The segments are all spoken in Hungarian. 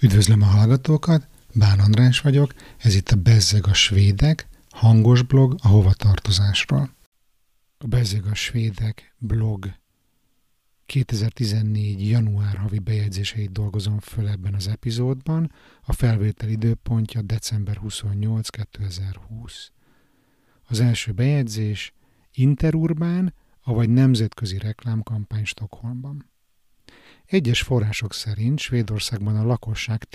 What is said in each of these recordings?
Üdvözlöm a hallgatókat, Bán András vagyok, ez itt a Bezzeg a Svédek, hangos blog a hovatartozásról. A Bezzeg a Svédek blog 2014. január havi bejegyzéseit dolgozom föl ebben az epizódban, a felvétel időpontja december 28. 2020. Az első bejegyzés interurbán, avagy nemzetközi reklámkampány Stockholmban. Egyes források szerint Svédországban a lakosság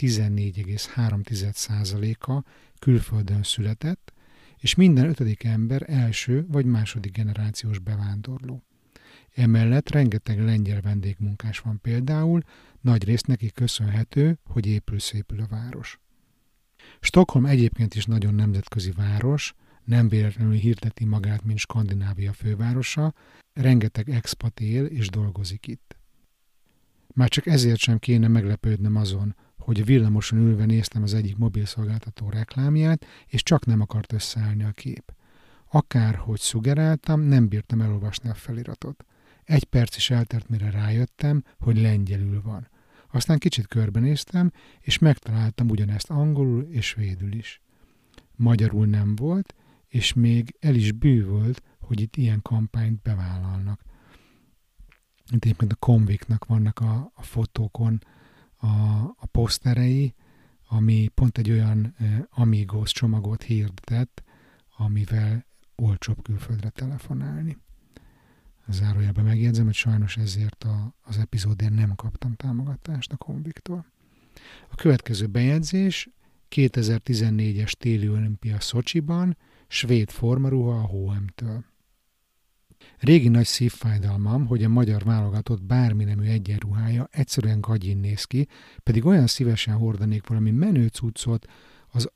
14,3%-a külföldön született, és minden 5. ember első vagy második generációs bevándorló. Emellett rengeteg lengyel vendégmunkás van például, nagyrészt neki köszönhető, hogy épül-szépül a város. Stockholm egyébként is nagyon nemzetközi város, nem véletlenül hirdeti magát, mint Skandinávia fővárosa, rengeteg expat él és dolgozik itt. Már csak ezért sem kéne meglepődnöm azon, hogy a villamoson ülve néztem az egyik mobilszolgáltató reklámját, és csak nem akart összeállni a kép. Akárhogy szugeráltam, nem bírtam elolvasni a feliratot. 1 perc is eltelt, mire rájöttem, hogy lengyelül van. Aztán kicsit körbenéztem, és megtaláltam ugyanezt angolul és svédül is. Magyarul nem volt, és még el is bűvölt, hogy itt ilyen kampányt bevállalnak. Itt egyébként a Comviknak vannak a fotókon a poszterei, ami pont egy olyan Amigos csomagot hirdetett, amivel olcsóbb külföldre telefonálni. Zárójelben megjegyzem, hogy sajnos ezért az epizódért nem kaptam támogatást a Comviktól. A következő bejegyzés 2014-es téli olimpia Szocsiban, svéd formaruha a H&M-től. Régi nagy szívfájdalmam, hogy a magyar válogatott bármi nemű egyenruhája egyszerűen gagyin néz ki, pedig olyan szívesen hordanék valami menő cuccot az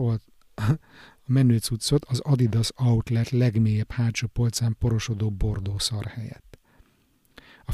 Adidas Outlet legmélyebb hátsó polcán porosodó bordó szar helyett. A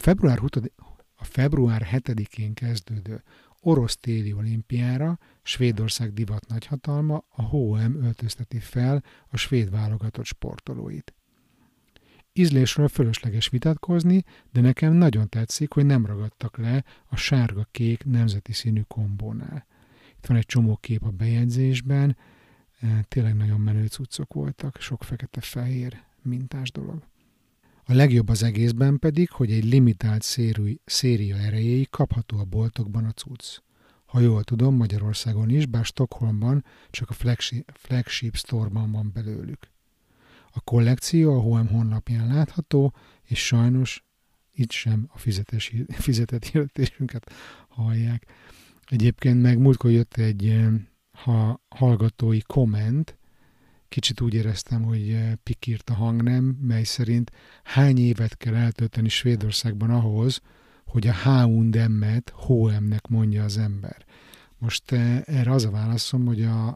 február 7-én kezdődő orosz téli olimpiára Svédország divat nagyhatalma, a H&M öltözteti fel a svéd válogatott sportolóit. Ízlésről fölösleges vitatkozni, de nekem nagyon tetszik, hogy nem ragadtak le a sárga-kék nemzeti színű kombónál. Itt van egy csomó kép a bejegyzésben, tényleg nagyon menő cuccok voltak, sok fekete-fehér mintás dolog. A legjobb az egészben pedig, hogy egy limitált széria erejéig kapható a boltokban a cucc. Ha jól tudom, Magyarországon is, bár Stockholmban csak a flagship store-ban van belőlük. A kollekció a H&M honlapján látható, és sajnos itt sem a fizetett hirdetésünket hallják. Egyébként meg múltkor jött egy hallgatói komment, kicsit úgy éreztem, hogy pikírt a hangnem, mely szerint hány évet kell eltölteni Svédországban ahhoz, hogy a H&M-et H&M-nek mondja az ember. Most erre az a válaszom, hogy a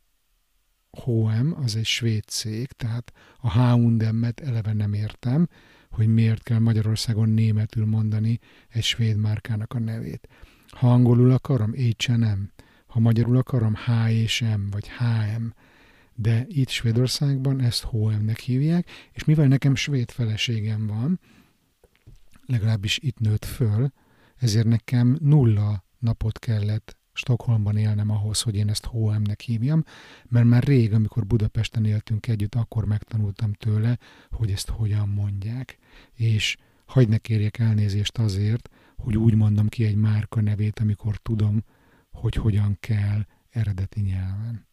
H&M az egy svéd cég, tehát a H&M-et eleve nem értem, hogy miért kell Magyarországon németül mondani egy svéd márkának a nevét. Ha angolul akarom, H&M, ha magyarul akarom, H&M vagy H&M, de itt Svédországban ezt H&M-nek hívják, és mivel nekem svéd feleségem van, legalábbis itt nőtt föl, ezért nekem 0 napot kellett Stockholmban élnem ahhoz, hogy én ezt H&M-nek hívjam, mert már rég, amikor Budapesten éltünk együtt, akkor megtanultam tőle, hogy ezt hogyan mondják. És hadd ne kérjek elnézést azért, hogy úgy mondom ki egy márka nevét, amikor tudom, hogy hogyan kell eredeti nyelven.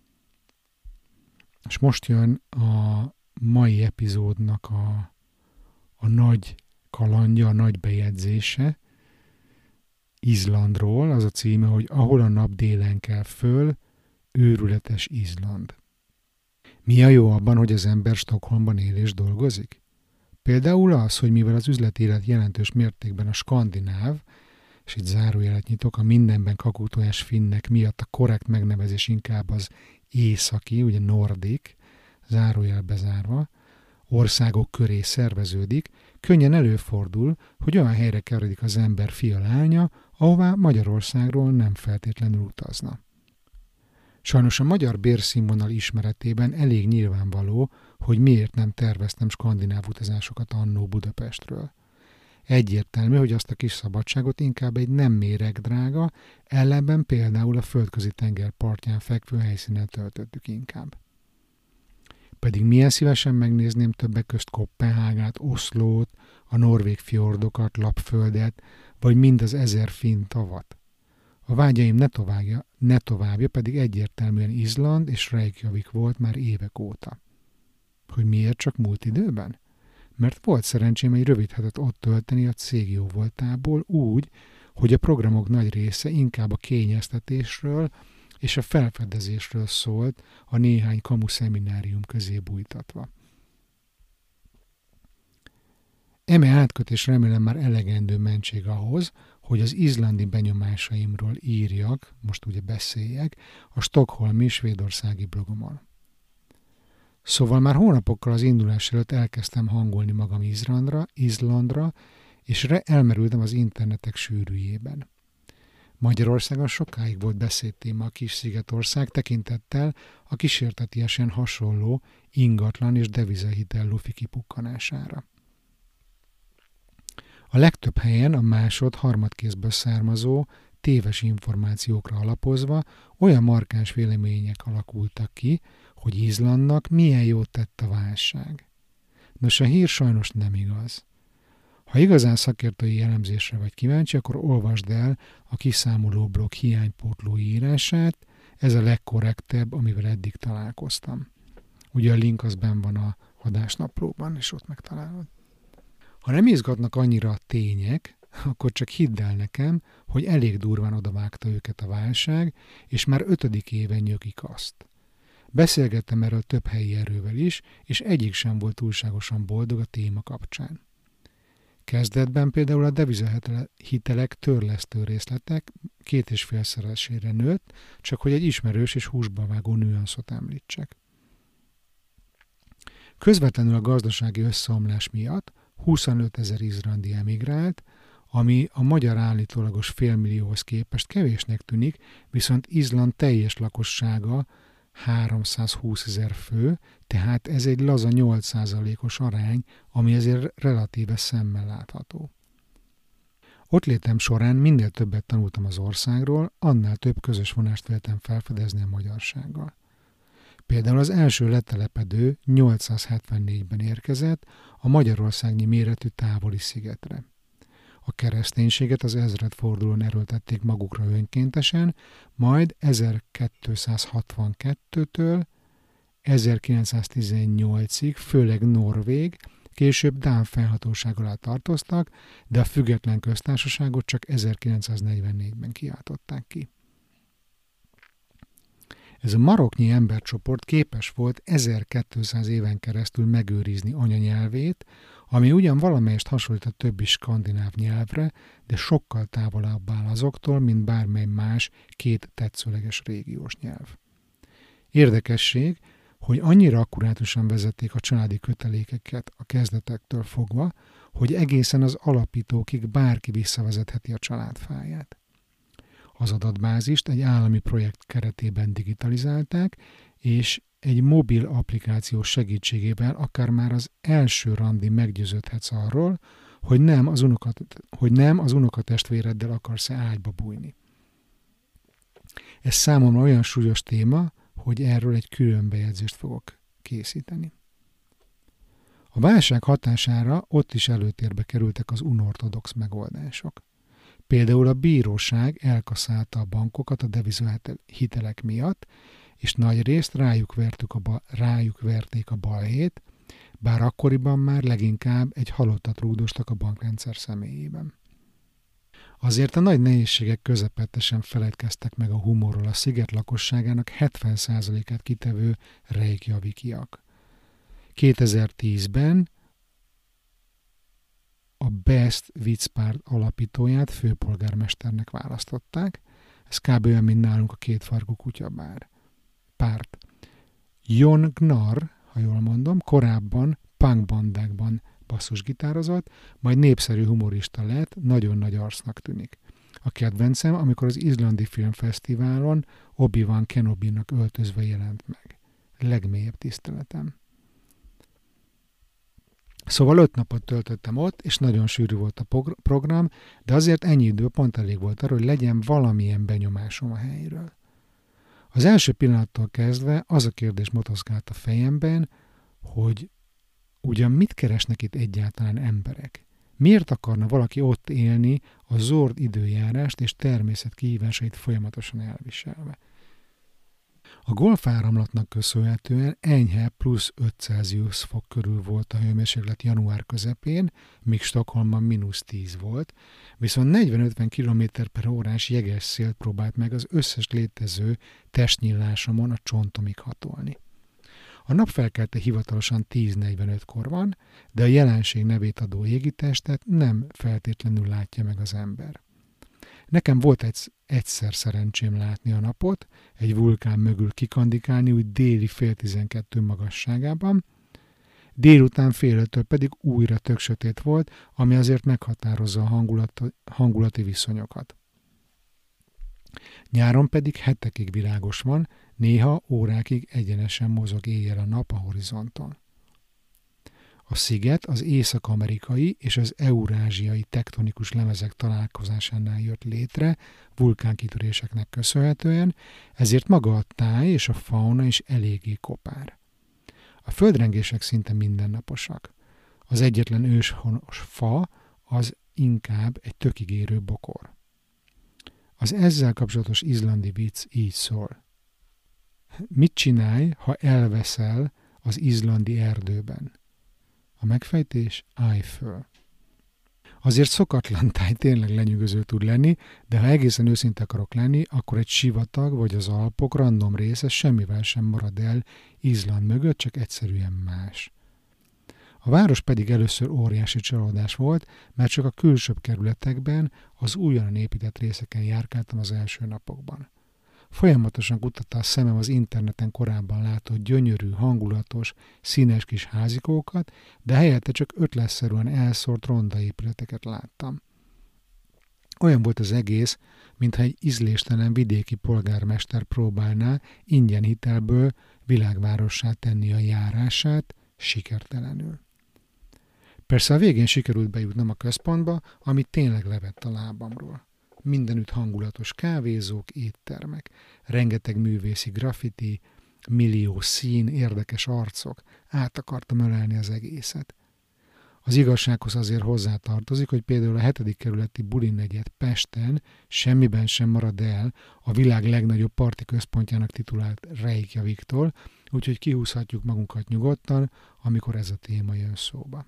És most jön a mai epizódnak a nagy kalandja, a nagy bejegyzése, Izlandról, az a címe, hogy ahol a nap délen kell föl, őrületes Izland. Mi a jó abban, hogy az ember Stockholmban él és dolgozik? Például az, hogy mivel az üzleti élet jelentős mértékben a skandináv, és itt zárójelet nyitok, a mindenben kakuktojás finnek miatt a korrekt megnevezés inkább az északi, ugye nordik, zárójel bezárva, országok köré szerveződik, könnyen előfordul, hogy olyan helyre kerülik az ember fia-lánya, ahová Magyarországról nem feltétlenül utazna. Sajnos a magyar bérszínvonal ismeretében elég nyilvánvaló, hogy miért nem terveztem skandináv utazásokat annó Budapestről. Egyértelmű, hogy azt a kis szabadságot inkább egy nem méregdrága, ellenben például a földközi tenger partján fekvő helyszínen töltöttük inkább. Pedig milyen szívesen megnézném többek közt Koppenhágát, Oszlót, a norvég fjordokat, Lapföldet, vagy mind az 1000 finn tavat. A vágyaim ne továbbja pedig egyértelműen Izland és Reykjavik volt már évek óta. Hogy miért csak múlt időben? Mert volt szerencsém egy rövid hetet ott tölteni a cég jóvoltából úgy, hogy a programok nagy része inkább a kényeztetésről és a felfedezésről szólt a néhány kamu szeminárium közé bújtatva. Eme átkötés remélem már elegendő mentség ahhoz, hogy az izlandi benyomásaimról írjak, most ugye beszéljek, a stockholmi svédországi blogomon. Szóval már hónapokkal az indulás előtt elkezdtem hangolni magam Izlandra, és elmerültem az internetek sűrűjében. Magyarországon sokáig volt beszédtéma a kis szigetország tekintettel a kísértetiesen hasonló ingatlan és devizahitel lufi kipukkanására. A legtöbb helyen a harmadkézből származó, téves információkra alapozva olyan markáns vélemények alakultak ki, hogy Izlandnak milyen jót tett a válság. Nos, a hír sajnos nem igaz. Ha igazán szakértői elemzésre vagy kíváncsi, akkor olvasd el a kiszámoló blog hiánypótló írását, ez a legkorrektebb, amivel eddig találkoztam. Ugye a link az benn van a adásnaplóban, és ott megtalálod. Ha nem izgatnak annyira a tények, akkor csak hidd el nekem, hogy elég durván odavágta őket a válság, és már 5. éven nyögik azt. Beszélgettem erről több helyi erővel is, és egyik sem volt túlságosan boldog a téma kapcsán. Kezdetben például a devizahitelek törlesztő részletek 2,5-szeresére nőtt, csak hogy egy ismerős és húsba vágó nüanszot említsek. Közvetlenül a gazdasági összeomlás miatt 25 000 izlandi emigrált, ami a magyar állítólagos félmillióhoz képest kevésnek tűnik, viszont Izland teljes lakossága 320 000 fő, tehát ez egy laza 8%-os arány, ami ezért relatíve szemmel látható. Ott létem során minél többet tanultam az országról, annál több közös vonást véltem felfedezni a magyarsággal. Például az első letelepedő 874-ben érkezett a magyarországnyi méretű távoli szigetre. A kereszténységet az ezredfordulón erőltették magukra önkéntesen, majd 1262-től 1918-ig főleg norvég, később dán fennhatóság alá tartoztak, de a független köztársaságot csak 1944-ben kiáltották ki. Ez a maroknyi embercsoport képes volt 1200 éven keresztül megőrizni anyanyelvét, ami ugyan valamelyest hasonlít a többi skandináv nyelvre, de sokkal távolabb áll azoktól, mint bármely más két tetszőleges régiós nyelv. Érdekesség, hogy annyira akkurátusan vezették a családi kötelékeket a kezdetektől fogva, hogy egészen az alapítókig bárki visszavezetheti a családfáját. Az adatbázist egy állami projekt keretében digitalizálták, és egy mobil applikáció segítségével akár már az első randi meggyőződhetsz arról, hogy nem az unokatestvéreddel akarsz-e ágyba bújni. Ez számomra olyan súlyos téma, hogy erről egy külön bejegyzést fogok készíteni. A válság hatására ott is előtérbe kerültek az unortodox megoldások. Például a bíróság elkaszálta a bankokat a devizahitelek miatt, és nagy részt rájuk verték a balhét, bár akkoriban már leginkább egy halottat rúgdostak a bankrendszer személyében. Azért a nagy nehézségek közepetesen feledkeztek meg a humorról a sziget lakosságának 70%-át kitevő reykjavikiak. 2010-ben a Best viccpárt alapítóját főpolgármesternek választották, ez kb. Olyan, mint nálunk a kétfarkú kutyapárt. Jon Gnarr, ha jól mondom, korábban punkbandákban basszusgitározott, majd népszerű humorista lett, nagyon nagy arcnak tűnik. A kedvencem, amikor az izlandi filmfesztiválon Obi-Wan Kenobinak öltözve jelent meg. Legmélyebb tiszteletem. Szóval 5 napot töltöttem ott, és nagyon sűrű volt a program, de azért ennyi idő pont elég volt arra, hogy legyen valamilyen benyomásom a helyről. Az első pillanattól kezdve az a kérdés motoszkált a fejemben, hogy ugyan mit keresnek itt egyáltalán emberek? Miért akarna valaki ott élni a zord időjárást és természet kihívásait folyamatosan elviselve? A golfáramlatnak köszönhetően enyhe plusz 5 Celsius fok körül volt a hőmérséklet január közepén, míg Stockholmban -10 volt, viszont 40-50 km/h jeges szélt próbált meg az összes létező testnyílásomon a csontomig hatolni. A napfelkelte hivatalosan 10:45-kor van, de a jelenség nevét adó égitestet nem feltétlenül látja meg az ember. Nekem volt egyszer szerencsém látni a napot, egy vulkán mögül kikandikálni úgy déli 11:30 magasságában, délután 4:30 pedig újra tök sötét volt, ami azért meghatározza a hangulati viszonyokat. Nyáron pedig hetekig világos van, néha órákig egyenesen mozog éjjel a nap a horizonton. A sziget az észak-amerikai és az eurázsiai tektonikus lemezek találkozásánál jött létre vulkánkitöréseknek köszönhetően, ezért maga a táj és a fauna is eléggé kopár. A földrengések szinte mindennaposak. Az egyetlen őshonos fa az inkább egy tökig érő bokor. Az ezzel kapcsolatos izlandi vicc így szól. Mit csinálj, ha elveszel az izlandi erdőben? A megfejtés: állj föl. Azért szokatlan táj tényleg lenyűgöző tud lenni, de ha egészen őszinte akarok lenni, akkor egy sivatag vagy az Alpok random része semmivel sem marad el Izland mögött, csak egyszerűen más. A város pedig először óriási csalódás volt, mert csak a külsőbb kerületekben, az újonnan épített részeken járkáltam az első napokban. Folyamatosan kutatta a szemem az interneten korábban látott gyönyörű, hangulatos, színes kis házikókat, de helyette csak ötletszerűen elszórt rondaépületeket láttam. Olyan volt az egész, mintha egy ízléstelen vidéki polgármester próbálná ingyen hitelből világvárossá tenni a járását, sikertelenül. Persze a végén sikerült bejutnom a központba, ami tényleg levett a lábamról. Mindenütt hangulatos kávézók, éttermek, rengeteg művészi graffiti, millió szín, érdekes arcok, át akartam ölelni az egészet. Az igazsághoz azért hozzátartozik, hogy például a 7. kerületi bulinegyed Pesten semmiben sem marad el a világ legnagyobb parti központjának titulált Reykjaviktól, úgyhogy kihúzhatjuk magunkat nyugodtan, amikor ez a téma jön szóba.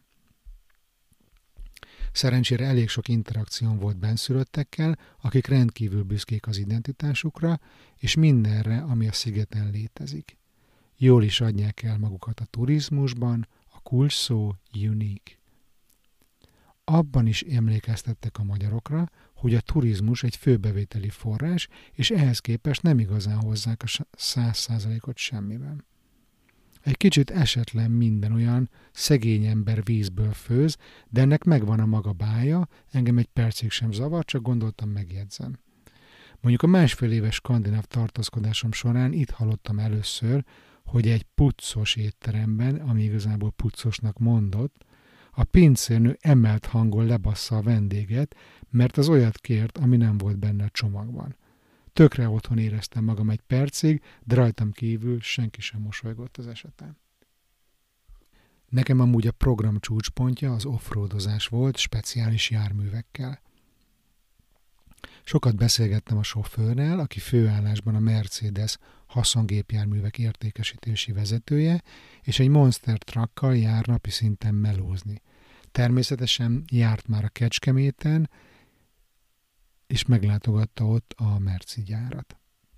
Szerencsére elég sok interakcióm volt bennszülöttekkel, akik rendkívül büszkék az identitásukra, és mindenre, ami a szigeten létezik. Jól is adják el magukat a turizmusban, a kulcs szó unique. Abban is emlékeztettek a magyarokra, hogy a turizmus egy főbevételi forrás, és ehhez képest nem igazán hozzák a 100%-ot semmiben. Egy kicsit esetlen minden olyan szegény ember vízből főz, de ennek megvan a maga bája, engem egy percig sem zavar, csak gondoltam megjegyzem. Mondjuk a 1,5 éves skandináv tartózkodásom során itt hallottam először, hogy egy puccos étteremben, ami igazából puccosnak mondott, a pincérnő emelt hangon lebassza a vendéget, mert az olyat kért, ami nem volt benne a csomagban. Tökre otthon éreztem magam egy percig, de rajtam kívül senki sem mosolygott az esetem. Nekem amúgy a program csúcspontja az offroadozás volt, speciális járművekkel. Sokat beszélgettem a sofőrrel, aki főállásban a Mercedes haszongépjárművek értékesítési vezetője, és egy Monster truckkal jár napi szinten melózni. Természetesen járt már a Kecskeméten, és meglátogatta ott a Merci gyárat.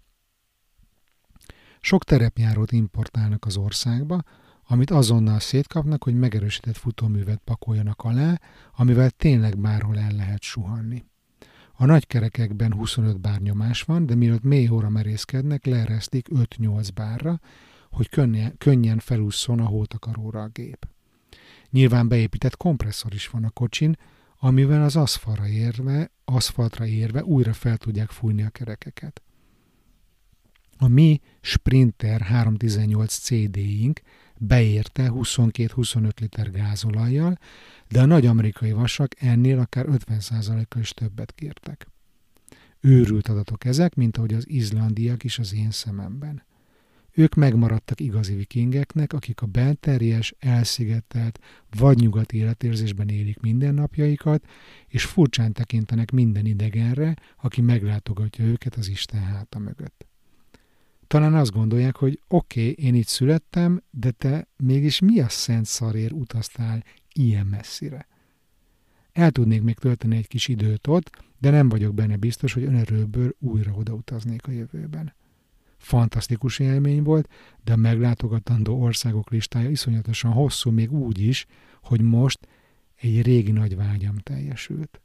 Sok terepjárót importálnak az országba, amit azonnal szétkapnak, hogy megerősített futóművet pakoljanak alá, amivel tényleg bárhol el lehet suhanni. A nagy kerekekben 25 bár nyomás van, de mielőtt mélyhóra merészkednek, leeresztik 5-8 bárra, hogy könnyen felússzon a hótakaróra a gép. Nyilván beépített kompresszor is van a kocsin, amivel az aszfaltra érve újra fel tudják fújni a kerekeket. A mi Sprinter 318 CD-ink beérte 22-25 liter gázolajjal, de a nagy amerikai vasak ennél akár 50%-kal is többet kértek. Őrült adatok ezek, mint ahogy az izlandiak is az én szememben. Ők megmaradtak igazi vikingeknek, akik a belterjes, elszigetelt, vadnyugati életérzésben élik mindennapjaikat, és furcsán tekintenek minden idegenre, aki meglátogatja őket az Isten háta mögött. Talán azt gondolják, hogy oké, én itt születtem, de te mégis mi a szent szarért utaztál ilyen messzire? El tudnék még tölteni egy kis időt ott, de nem vagyok benne biztos, hogy önerőből újra odautaznék a jövőben. Fantasztikus élmény volt, de a meglátogatandó országok listája iszonyatosan hosszú, még úgy is, hogy most egy régi nagy vágyam teljesült.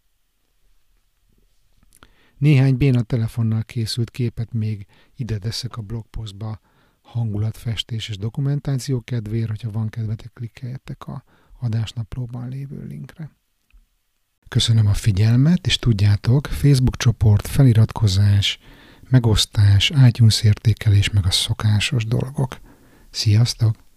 Néhány béna telefonnal készült képet még ide teszek a blogpostba hangulatfestés és dokumentáció kedvéért, hogyha van kedvetek, klikkeljetek a adásnaplóban lévő linkre. Köszönöm a figyelmet, és tudjátok, Facebook csoport, feliratkozás, megosztás, iTunes értékelés, meg a szokásos dolgok. Sziasztok!